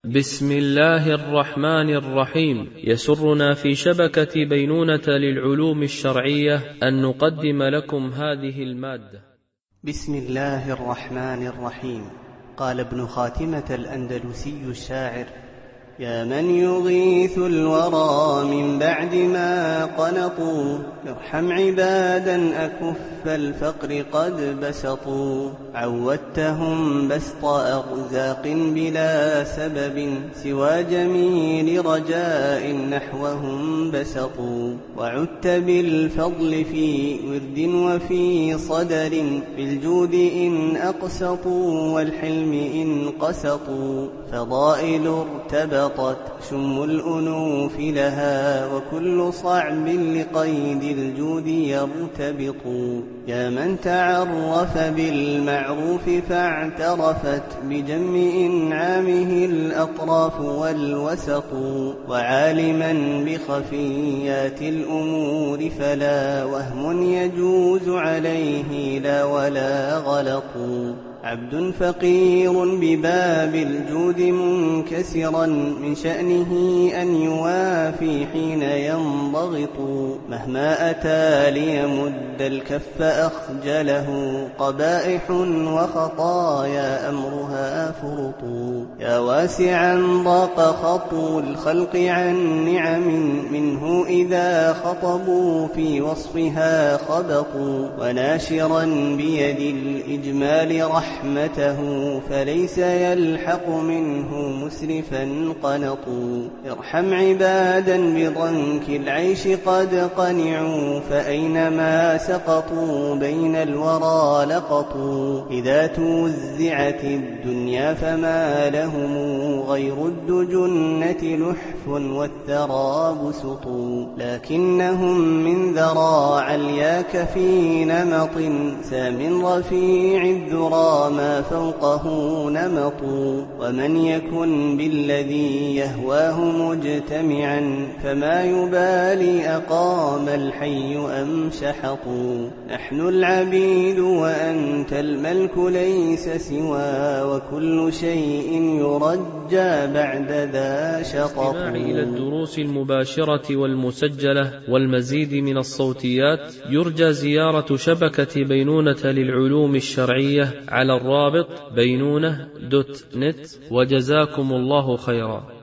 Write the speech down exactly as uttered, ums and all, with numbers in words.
بسم الله الرحمن الرحيم. يسرنا في شبكة بينونة للعلوم الشرعية أن نقدم لكم هذه المادة. بسم الله الرحمن الرحيم. قال ابن خاتمة الأندلسي الشاعر: يا من يغيث الورى من بعد ما قنطوا، ارحم عبادا أكف الفقر قد بسطوا. عودتهم بسط أرزاق بلا سبب، سوى جميل رجاء نحوهم بسطوا. وعدت بالفضل في ورد وفي صدر، بالجود إن أقسطوا والحلم إن قسطوا. فضائل ارتبط شم الأنوف لها، وكل صعب لقيد الجود يرتبط. يا من تعرف بالمعروف فاعترفت بجم إنعامه الأطراف والوسط. وعالما بخفيات الأمور فلا وهم يجوز عليه لا ولا غلط. عبد فقير بباب الجود منكسرا، من شأنه أن يوافي حين ينضغط. مهما أتى ليمد الكف أخجله، قبائح وخطايا أمرها فرط. يا واسعا ضاق خطو الخلق عن نعم، منه إذا خطبوا في وصفها خبطوا. وناشرا بيد الإجمال رحمة رحمته، فليس يلحق منه مسرفا قنط. ارحم عبادا بضنك العيش قد قنعوا، فأينما سقطوا بين الورى لقطوا. إذا توزعت الدنيا فما لهم غير الدجنة لحف والثرى بسط. لكنهم من ذرى علياك في نمط، سام رفيع الذرى ما فوقه نمط. ومن يكن بالذي يهواه مجتمعا، فما يبالي أقام الحي أم شحط. نحن العبيد وأنت الملك ليس سوى، وكل شيء يرجى بعد ذا شطط. استماع إلى الدروس المباشرة والمسجلة والمزيد من الصوتيات، يرجى زيارة شبكة بينونة للعلوم الشرعية على الرابط بينونة دوت نت. وجزاكم الله خيرا.